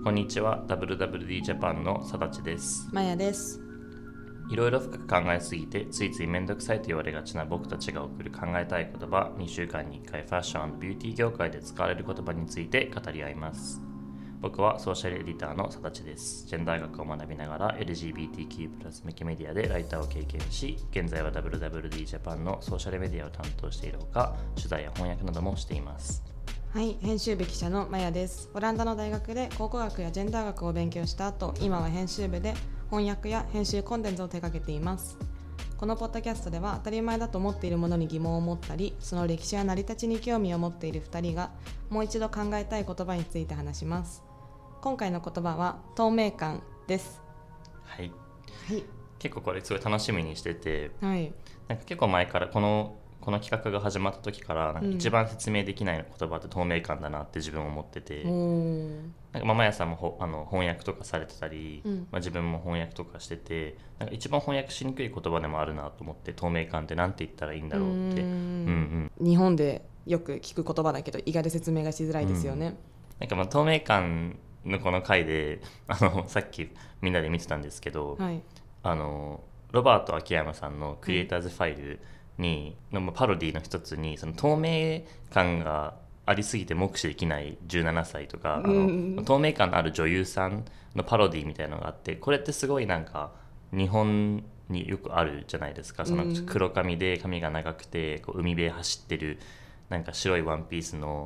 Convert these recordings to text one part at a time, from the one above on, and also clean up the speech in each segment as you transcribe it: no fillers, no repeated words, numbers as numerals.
こんにちは。 WWD ジャパンのさだちです。 まやです。 いろいろ深く考えすぎてついついめんどくさいと言われがちな僕たちが送る考えたい言葉、2週間に1回ファッション&ビューティー業界で使われる言葉について語り合います。僕はソーシャルエディターのさだちです。ジェンダー学を学びながら LGBTQ+ 向けメディアでライターを経験し、現在は WWD ジャパンのソーシャルメディアを担当しているほか、取材や翻訳などもしています。 はい、編集部記者のまやです。オランダの大学で考古学やジェンダー学を勉強した後、今は編集部で翻訳や編集コンテンツを手掛けています。このポッドキャストでは当たり前だと思っているものに疑問を持ったり、その歴史や成り立ちに興味を持っている2人がもう一度考えたい言葉について話します。今回の言葉は透明感です。 はい、 はい、 結構これすごい楽しみにしてて、 はい、 なんか結構前からこの企画が始まった時からなんか一番説明できない言葉って透明感だなって自分思ってて、なんかママ屋さんも翻訳とかされてたり、自分も翻訳とかしてて、なんか一番翻訳しにくい言葉でもあるなと思って、透明感ってなんて言ったらいいんだろうって。 日本でよく聞く言葉だけど意外と説明がしづらいですよね。 なんか透明感のこの回でさっきみんなで見てたんですけど、 はい、 ロバート秋山さんのクリエイターズファイルにのパロディの一つに、その透明感がありすぎて目視できない17歳とか、透明感のある女優さんのパロディみたいなのがあって、これってすごいなんか日本によくあるじゃないですか。その黒髪で髪が長くてこう海辺走ってるなんか白いワンピースの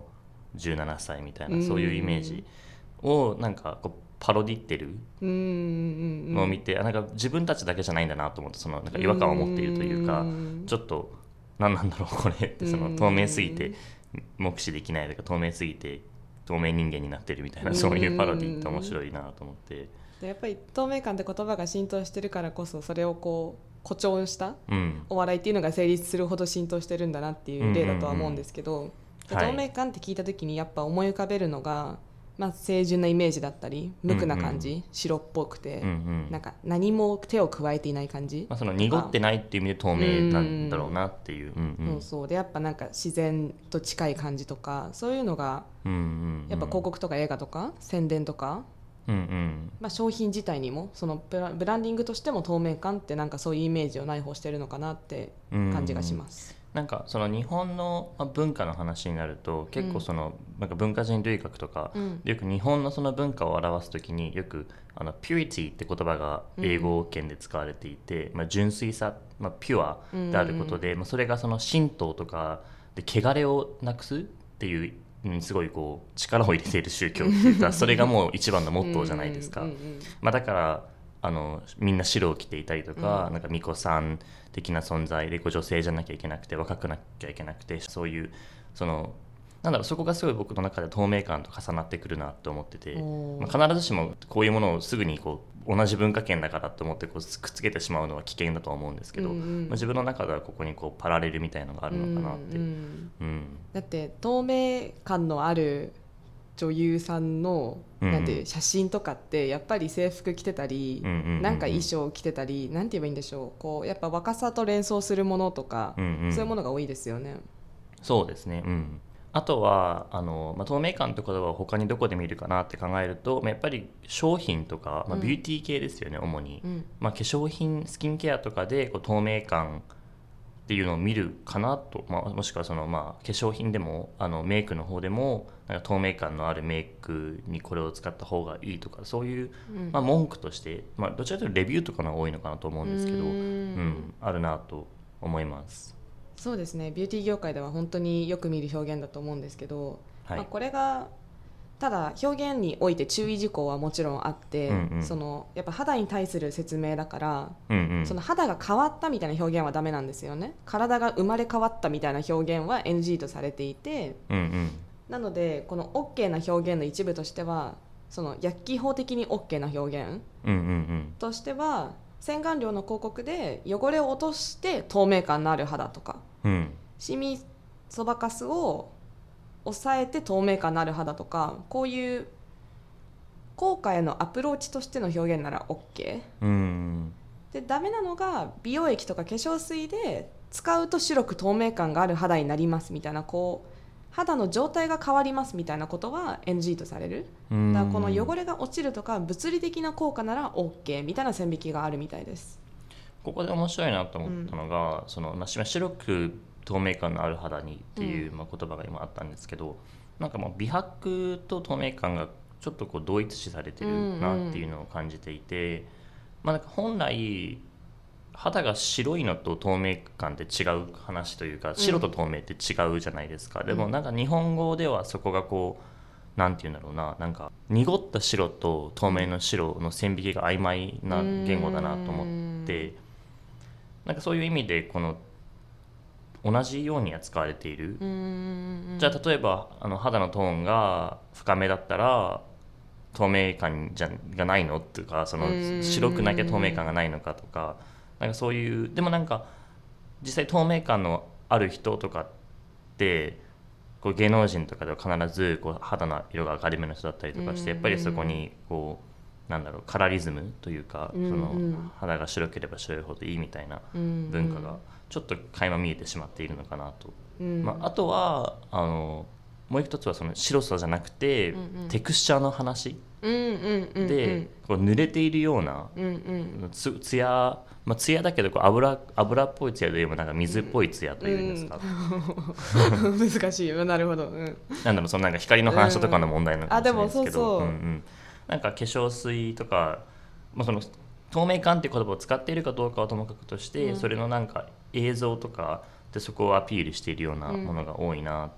17歳みたいな、そういうイメージをなんかこうパロディってるのを見て、なんか自分たちだけじゃないんだなと思って、そのなんか違和感を持っているというか、ちょっと何なんだろうこれって、その透明すぎて目視できないとか、透明すぎて透明人間になってるみたいな、そういうパロディって面白いなと思って。 でやっぱり透明感って言葉が浸透してるからこそ、それをこう誇張したお笑いっていうのが成立するほど浸透してるんだなっていう例だとは思うんですけど、透明感って聞いた時にやっぱ思い浮かべるのが、清純なイメージだったり、無垢な感じ、白っぽくて、なんか何も手を加えていない感じ、 その濁ってないっていう意味で透明なんだろうなっていう、 そうでやっぱなんか自然と近い感じとか、そういうのがやっぱ広告とか映画とか宣伝とか、商品自体にもそのブランディングとしても透明感ってなんかそういうイメージを内包してるのかなって感じがします。 なんかその日本の文化の話になると、結構そのなんか文化人類学とか、よく日本のその文化を表すときによくピュリティって言葉が英語圏で使われていて、純粋さ、ピュアであることで、それがその神道とかで汚れをなくすっていうすごいこう力を入れている宗教っていうか、それがもう一番のモットーじゃないですか。だからみんな白を着ていたりとか、なんか巫女さん的な存在で女性じゃなきゃいけなくて、若くなきゃいけなくて、そういうそのなんだろう、そこがすごい僕の中で透明感と重なってくるなと思ってて、必ずしもこういうものをすぐにこう同じ文化圏だからと思ってこうくっつけてしまうのは危険だとは思うんですけど、自分の中ではここにこうパラレルみたいなのがあるのかなって。 だって透明感のある女優さんのなんて写真とかってやっぱり制服着てたり、なんか衣装着てたり、なんて言えばいいんでしょう、こうやっぱ若さと連想するものとか、そういうものが多いですよね。 そうですね、あとは透明感って言葉は他にどこで見るかなって考えると、やっぱり商品とか、ビューティー系ですよね、主に、化粧品、スキンケアとかでこう透明感っていうのを見るかなと、もしくはその化粧品でもメイクの方でもなんか透明感のあるメイクにこれを使った方がいいとか、そういう、文句として、どちらかというとレビューとかの方が多いのかなと思うんですけど、あるなと思います。 そうですね、ビューティー業界では本当によく見る表現だと思うんですけど、これがただ表現において注意事項はもちろんあって、そのやっぱ肌に対する説明だから、その肌が変わったみたいな表現はダメなんですよね。体が生まれ変わったみたいな表現は NG とされていて、なのでこの OK な表現の一部としては、その薬機法的に OK な表現としては、洗顔料の広告で汚れを落として透明感のある肌とか、シミそばかすを抑えて透明感のある肌とか、こういう効果へのアプローチとしての表現なら OK、でダメなのが美容液とか化粧水で使うと白く透明感がある肌になりますみたいな、こう肌の状態が変わりますみたいなことは NG とされる。だからこの汚れが落ちるとか物理的な効果なら OK みたいな線引きがあるみたいです。 ここで面白いなと思ったのが、その白く透明感のある肌にっていう、言葉が今あったんですけど、なんかもう美白と透明感がちょっとこう同一視されてるなっていうのを感じていて、なんか本来肌が白いのと透明感って違う話というか、白と透明って違うじゃないですか。でもなんか日本語ではそこがこうなんていうんだろうな、なんか濁った白と透明の白の線引きが曖昧な言語だなと思って、なんかそういう意味でこの同じように扱われている。じゃあ例えば肌のトーンが深めだったら透明感がないのっていうか、その白くなきゃ透明感がないのかとか、なんかそういう。でもなんか実際透明感のある人とかってこう芸能人とかでは必ずこう肌の色が明るめの人だったりとかして、やっぱりそこにこうなんだろう、カラリズムというか、その肌が白ければ白いほどいいみたいな文化がちょっと垣間見えてしまっているのかなと。あとはもう一つはその白さじゃなくて、テクスチャーの話で、こう濡れているようなツヤ、ツヤだけどこう油っぽいツヤでもなんか水っぽいツヤというんですか、 難しいよ。なるほど。 なんだろう、そのなんか光の反射とかの問題なのかもしれないですけど、 そうなんか化粧水とか、その透明感っていう言葉を使っているかどうかはともかくとして、それのなんか映像とかでそこをアピールしているようなものが多いなって。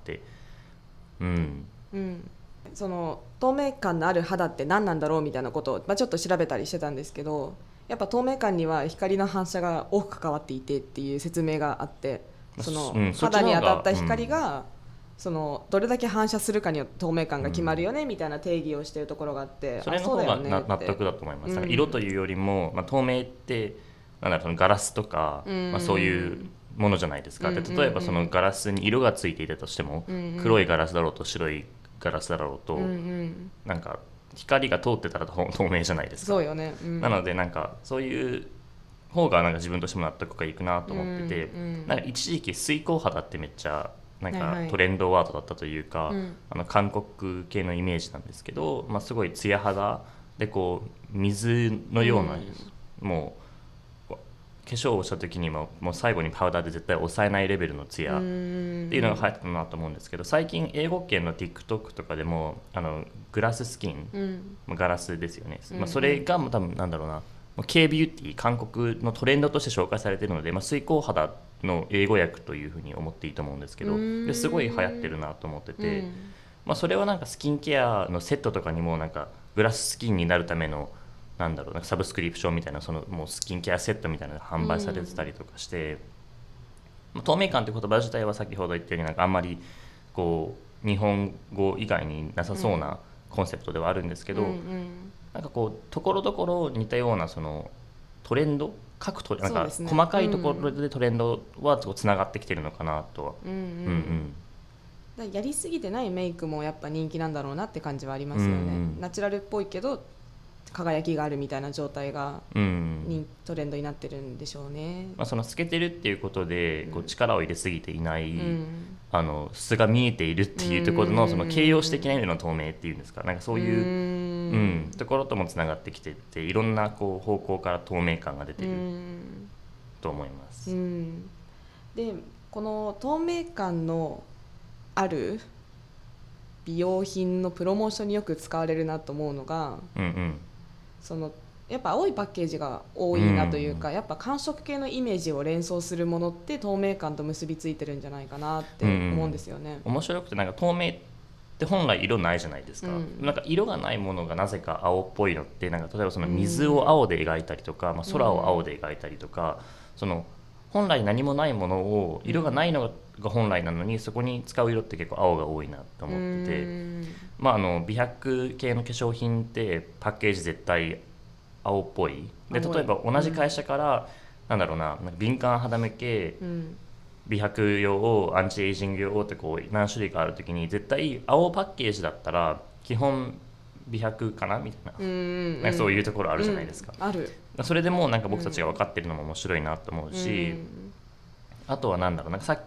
その透明感のある肌って何なんだろうみたいなことを、ちょっと調べたりしてたんですけど、やっぱ透明感には光の反射が多く関わっていてっていう説明があって、その肌に当たった光がそのどれだけ反射するかによって透明感が決まるよねみたいな定義をしているところがあって、 それの方が納得だと思います。色というよりも、透明ってなんだろう、そのガラスとか、そういうものじゃないですか。で例えばそのガラスに色がついていたとしても、黒いガラスだろうと白いガラスだろうと、なんか光が通ってたら透明じゃないですか。 そうよね。 なのでなんかそういう方がなんか自分としても納得がいくなと思ってて、なんか一時期水光肌ってめっちゃなんかトレンドワードだったというか、韓国系のイメージなんですけど、すごいツヤ肌でこう水のような、もう化粧をした時にもう最後にパウダーで絶対抑えないレベルのツヤっていうのが流行ったなと思うんですけど、最近英語圏の TikTok とかでもグラススキン、ガラスですよね、それが多分なんだろうな、K ビューティー、韓国のトレンドとして紹介されているので、水光肌の英語訳というふうに思っていいと思うんですけど、ですごい流行ってるなと思ってて、それはなんかスキンケアのセットとかにもなんかグラススキンになるためのなんだろうな、サブスクリプションみたいな、そのもうスキンケアセットみたいなのが販売されてたりとかして、透明感という言葉自体は先ほど言ったようになんかあんまりこう日本語以外になさそうなコンセプトではあるんですけど、なんかこうところどころ似たようなそのトレンド、なんか細かいところでトレンドはつながってきてるのかなとは。 やりすぎてないメイクもやっぱ人気なんだろうなって感じはありますよね。ナチュラルっぽいけど輝きがあるみたいな状態がトレンドになってるんでしょうね。 その透けてるっていうことでこう力を入れすぎていない、素が見えているっていうところのその形容詞的な意味での透明っていうんですか、なんかそういう、ところともつながってきてて、いろんなこう方向から透明感が出てると思います。 でこの透明感のある美容品のプロモーションによく使われるなと思うのが、そのやっぱ青いパッケージが多いなというか、やっぱ寒色系のイメージを連想するものって透明感と結びついてるんじゃないかなって思うんですよね。 面白くて、なんか透明って本来色ないじゃないですか、なんか色がないものがなぜか青っぽいのって、なんか例えばその水を青で描いたりとか、空を青で描いたりとか、その本来何もないものを色がないのが本来なのにそこに使う色って結構青が多いなと思ってて、美白系の化粧品ってパッケージ絶対青っぽいで、例えば同じ会社から、なんだろうな、敏感肌向け、美白用アンチエイジング用ってこう何種類かあるときに、絶対青パッケージだったら基本美白かなみたいな、なんかそういうところあるじゃないですか、 ある。 それでもうなんか僕たちが分かってるのも面白いなと思うし、あとはなんだろう、なんかさっき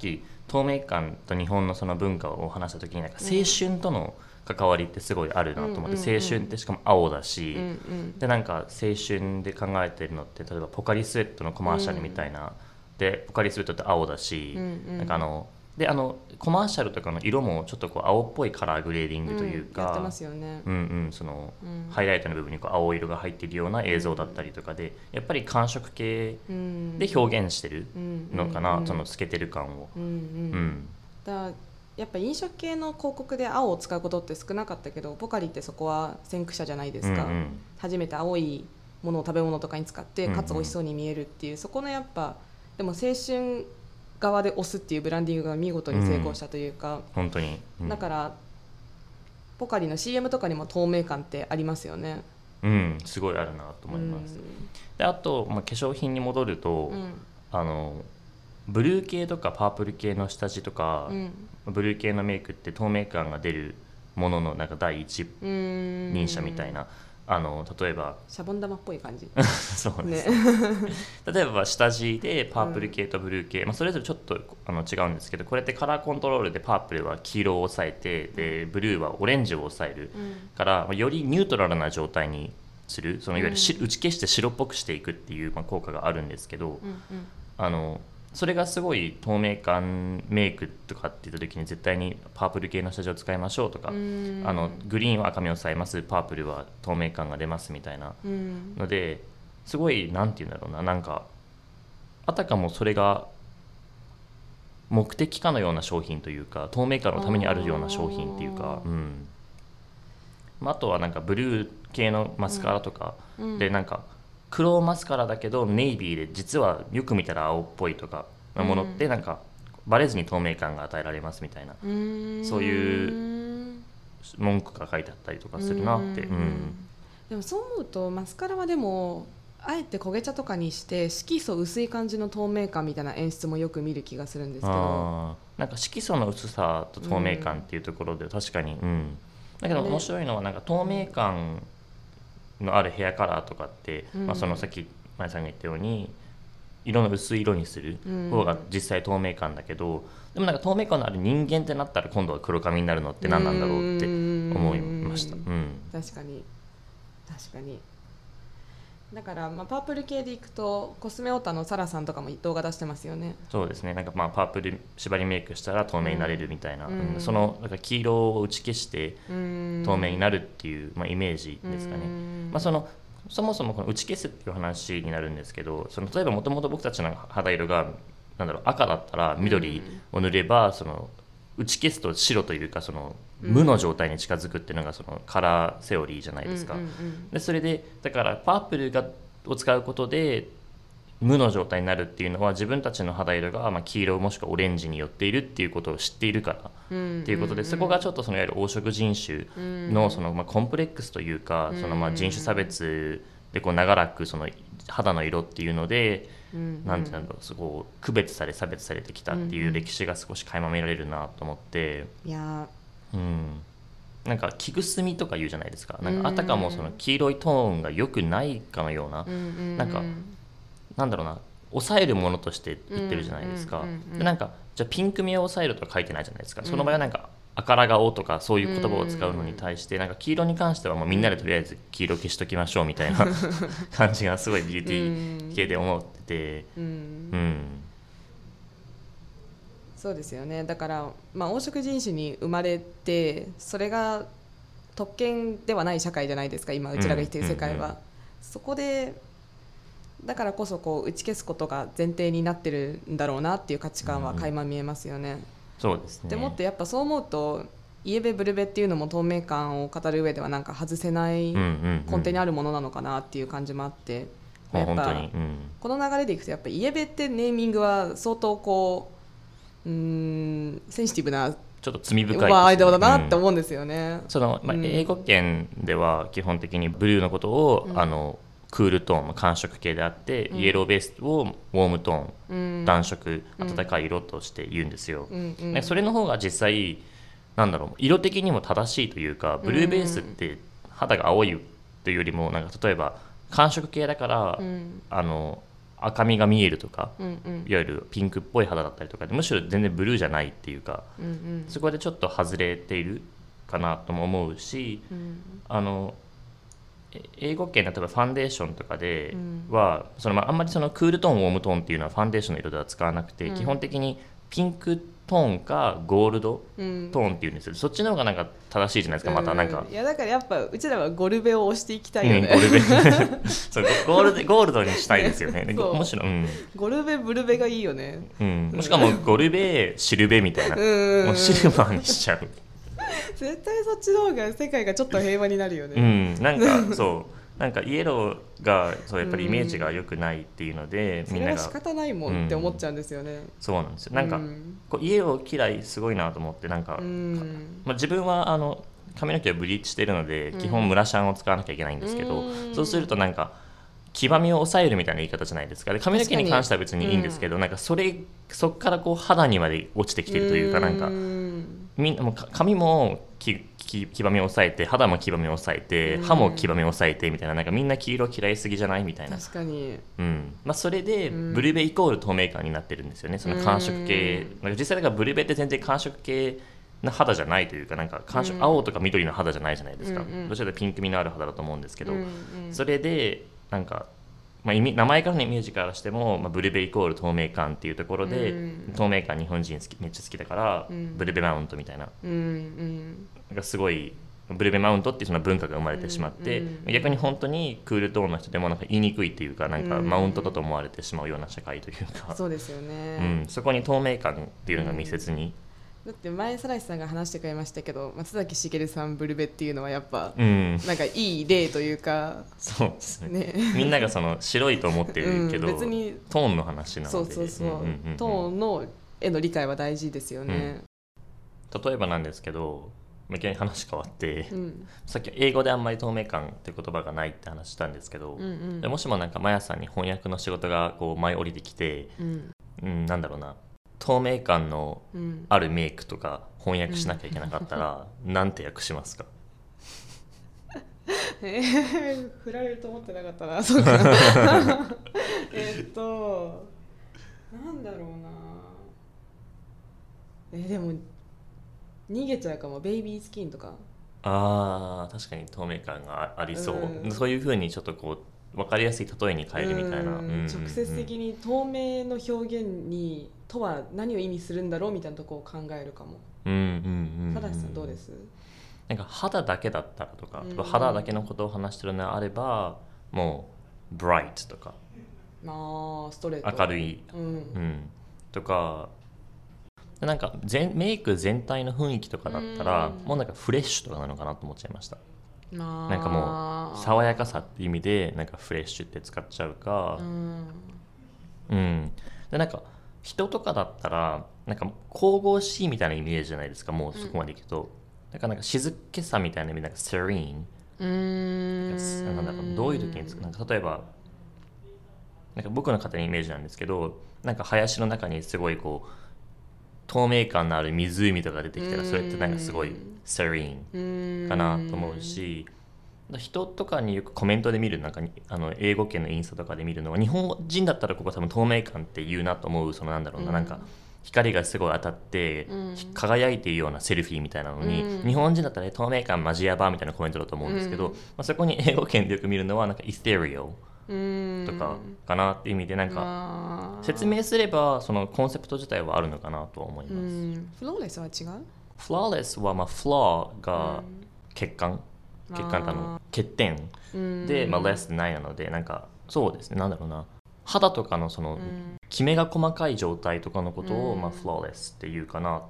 透明感と日本のその文化を話した時になんか青春との関わりってすごいあるなと思って、青春ってしかも青だし、でなんか青春で考えてるのって例えばポカリスエットのコマーシャルみたいな、でポカリスエットって青だし、なんかでコマーシャルとかの色もちょっとこう青っぽいカラーグレーディングというか、 やってますよね。 そのハイライトの部分にこう青色が入っているような映像だったりとかで、やっぱり寒色系で表現してるのかな、その透けてる感を。 だやっぱ飲食系の広告で青を使うことって少なかったけど、ポカリってそこは先駆者じゃないですか。初めて青いものを食べ物とかに使って、かつ美味しそうに見えるっていう、そこのやっぱでも青春側で押すっていうブランディングが見事に成功したというか、 本当に、 だからポカリの CM とかにも透明感ってありますよね。 すごいあるなと思います。であと、化粧品に戻ると、ブルー系とかパープル系の下地とか、ブルー系のメイクって透明感が出るもののなんか第一人者みたいな、例えばシャボン玉っぽい感じそうです、ね、例えば下地でパープル系とブルー系、それぞれちょっと違うんですけど、これってカラーコントロールでパープルは黄色を抑えて、でブルーはオレンジを抑えるから、よりニュートラルな状態にする、そのいわゆる打ち消して白っぽくしていくっていう効果があるんですけど、それがすごい透明感メイクとかって言った時に絶対にパープル系の下地を使いましょうとか、グリーンは赤みを抑えます、パープルは透明感が出ますみたいなので、すごいなんて言うんだろうな、なんかあたかもそれが目的かのような商品というか、透明感のためにあるような商品っていうか、あとはなんかブルー系のマスカラとかで、なんか黒マスカラだけどネイビーで実はよく見たら青っぽいとかのものってなんかバレずに透明感が与えられますみたいな、そういう文句が書いてあったりとかするなって。 でもそう思うとマスカラはでもあえて焦げ茶とかにして色素薄い感じの透明感みたいな演出もよく見る気がするんですけど、 なんか色素の薄さと透明感っていうところで確かに、だけど面白いのはなんか透明感のあるヘアカラーとかって、そのさっきまやさんが言ったように色の薄い色にする方が実際透明感だけど、でもなんか透明感のある人間ってなったら今度は黒髪になるのって何なんだろうって思いました。 確かに確かに。だからパープル系でいくとコスメオタのサラさんとかも動画出してますよね。 そうですね、なんかパープル縛りメイクしたら透明になれるみたいな、そのなんか黄色を打ち消して透明になるっていう、イメージですかね。そもそもこの打ち消すっていう話になるんですけど、例えばもともと僕たちの肌色が赤だったら緑を塗ればその打ち消すと白というかその無の状態に近づくっていうのがそのカラーセオリーじゃないですか。でそれでだからパープルを使うことで無の状態になるっていうのは自分たちの肌色が黄色もしくはオレンジに寄っているっていうことを知っているからっていうことで、そこがちょっとそのいわゆる黄色人種のそのコンプレックスというか、その人種差別でこう長らくその肌の色っていうのでなんていうんだろう、そこを区別され差別されてきたっていう歴史が少し垣間見られるなと思って、なんか木くすみとか言うじゃないですか。なんかあたかもその黄色いトーンが良くないかのような、なんかなんだろうな、抑えるものとして売ってるじゃないですか。でなんかじゃあピンク味を抑えるとは書いてないじゃないですか。その場合はなんか赤ら顔とかそういう言葉を使うのに対して、なんか黄色に関してはもうみんなでとりあえず黄色消しときましょうみたいな感じがすごいビューティー系で思ってて、 そうですよね。だから黄色人種に生まれて、それが特権ではない社会じゃないですか今うちらが生きている世界は。そこでだからこそこう打ち消すことが前提になってるんだろうなっていう価値観は垣間見えますよね。 そうですね。 でもってやっぱそう思うとイエベブルベっていうのも透明感を語る上ではなんか外せない根底にあるものなのかなっていう感じもあって、やっぱこの流れでいくとやっぱイエベってネーミングは相当こうセンシティブなちょっと罪深いワードだなって思うんですよね。 英語圏では基本的にブルーのことを、クールトーン寒色系であって、イエローベースをウォームトーン、暖色暖かい色として言うんですよ。それの方が実際なんだろう、色的にも正しいというか、ブルーベースって肌が青いというよりもなんか例えば寒色系だから、 赤みが見えるとか、 うんうん、 いわゆるピンクっぽい肌だったりとかで、むしろ全然ブルーじゃないっていうか、 うんうん、 そこでちょっと外れているかなとも思うし、 うん、 英語圏例えばファンデーションとかでは、あんまりそのクールトーンウォームトーンっていうのはファンデーションの色では使わなくて、基本的にピンクトーンかゴールドトーンっていうんですよ、そっちの方がなんか正しいじゃないですか、またなんか、 いやだからやっぱうちらはゴルベを押していきたいよね、 ゴルベそうゴールドにしたいですよねむしろ、 ゴルベブルベがいいよね、 しかもゴルベシルベみたいな、もうシルバーにしちゃう絶対そっちの方が世界がちょっと平和になるよね、 なんかそうなんかイエローがそうやっぱりイメージが良くないっていうので、 みんながそれは仕方ないもんって思っちゃうんですよね、 そうなんですよ。なんか、こうイエロー嫌いすごいなと思って、なんか、自分は髪の毛をブリーチしているので、基本ムラシャンを使わなきゃいけないんですけど、そうするとなんか黄ばみを抑えるみたいな言い方じゃないですか。で髪の毛に関しては別にいいんですけど、なんかそっからこう肌にまで落ちてきてるというか、なんかみんなもう髪も黄ばみを抑えて、肌も黄ばみを抑えて、歯も黄ばみを抑えてみたいな、なんかみんな黄色嫌いすぎじゃないみたいな。 確かに、 それでブルベイコール透明感になってるんですよね、その寒色系。なんか実際だからブルベって全然寒色系な肌じゃないというか、なんか青とか緑の肌じゃないじゃないですか、どちらかというとピンク味のある肌だと思うんですけど、それでなんか、名前からのイメージからしても、ブルベイコール透明感っていうところで、透明感日本人めっちゃ好きだから、ブルベマウントみたいな、なんかすごいブルベマウントっていうその文化が生まれてしまって、逆に本当にクールトーンの人でもなんか言いにくいっていうか、なんかマウントだと思われてしまうような社会というか、 そうですよね、 そこに透明感っていうのが密接に、 だって前サラシさんが話してくれましたけど、松崎しげるさんブルベっていうのはやっぱ、なんかいい例というか、 そうですねみんながその白いと思ってるけど、 別にトーンの話なので、 そうトーンのへの理解は大事ですよね、 例えばなんですけど、いきなり話変わって、さっき英語であんまり透明感って言葉がないって話したんですけど、もしもなんかマヤさんに翻訳の仕事がこう舞い降りてきて、なんだろうな、透明感のあるメイクとか翻訳しなきゃいけなかったら、なんて訳しますか？ 振られると思ってなかったな。そうかなんだろうな、でも逃げちゃうかも。ベイビースキンとか。 確かに透明感がありそう、そういう風にちょっとこう分かりやすい例えに変えるみたいな、 直接的に透明の表現にとは何を意味するんだろうみたいなところを考えるかも。正さんどうです？ なんか肌だけだったらとか、肌だけのことを話してるのであれば、もう bright とか、 ストレート、 明るい、とか、なんかメイク全体の雰囲気とかだったら、もうなんかフレッシュとかなのかなと思っちゃいました。なんかもう爽やかさっていう意味でなんかフレッシュって使っちゃうか、でなんか人とかだったらなんか神々しいみたいなイメージじゃないですか、もうそこまでいくと、なんか静けさみたいな意味、なんかセリーン、なんだろう、どういう時になんか例えばなんか僕の勝手なイメージなんですけど、なんか林の中にすごいこう透明感のある湖とか出てきたら、それってなんかすごいセリーンかなと思うし、人とかによくコメントで見る、なんか英語圏のインスタとかで見るのは、日本人だったらここ多分透明感って言うなと思う、そのなんだろうな、なんか光がすごい当たって輝いているようなセルフィーみたいなのに、日本人だったら透明感マジやばみたいなコメントだと思うんですけど、そこに英語圏でよく見るのはなんかイステリオとかかなっていう意味で、なんか説明すればそのコンセプト自体はあるのかなとは思います。 フローレスは違う？ フローレスはフローが欠陥欠点で、レスないなので、なんかそうですね、なんだろうな、肌とかのそのキメが細かい状態とかのことを、フローレスっていうかなって、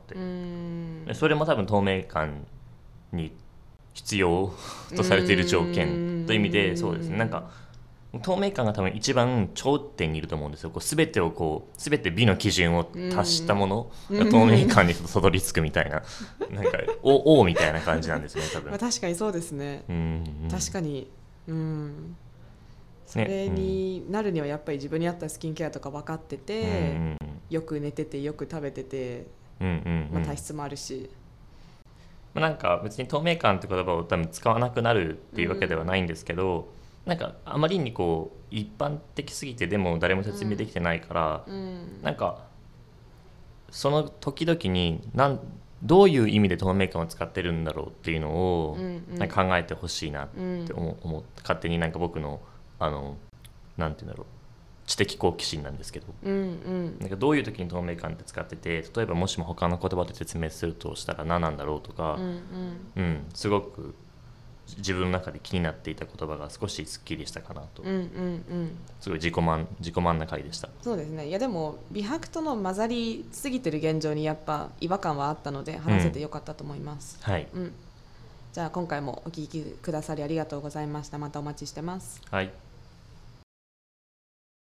それも多分透明感に必要とされている条件という意味で、そうですね、なんか透明感が多分一番頂点にいると思うんですよ。全て美の基準を達したものが透明感にたどり着くみたいな、なんか王みたいな感じなんですね、多分。 確かにそうですね。確かに、それになるにはやっぱり自分に合ったスキンケアとか分かってて、よく寝ててよく食べてて、体質もあるし、 なんか別に透明感って言葉を多分使わなくなるっていうわけではないんですけど、 なんかあまりにこう一般的すぎてでも誰も説明できてないから、なんかその時々にどういう意味で透明感を使ってるんだろうっていうのをなんか考えてほしいなって思って勝手になんか僕のなんていうんだろう知的好奇心なんですけど、なんかどういう時に透明感って使ってて、例えばもしも他の言葉で説明するとしたら何なんだろうとか、すごく自分の中で気になっていた言葉が少しすっきりしたかなと、すごい自己満な回でした。 そうですね。いやでも美白との混ざりすぎてる現状にやっぱ違和感はあったので話せてよかったと思います。 はい、 じゃあ今回もお聞きくださりありがとうございました。またお待ちしてます。 はい。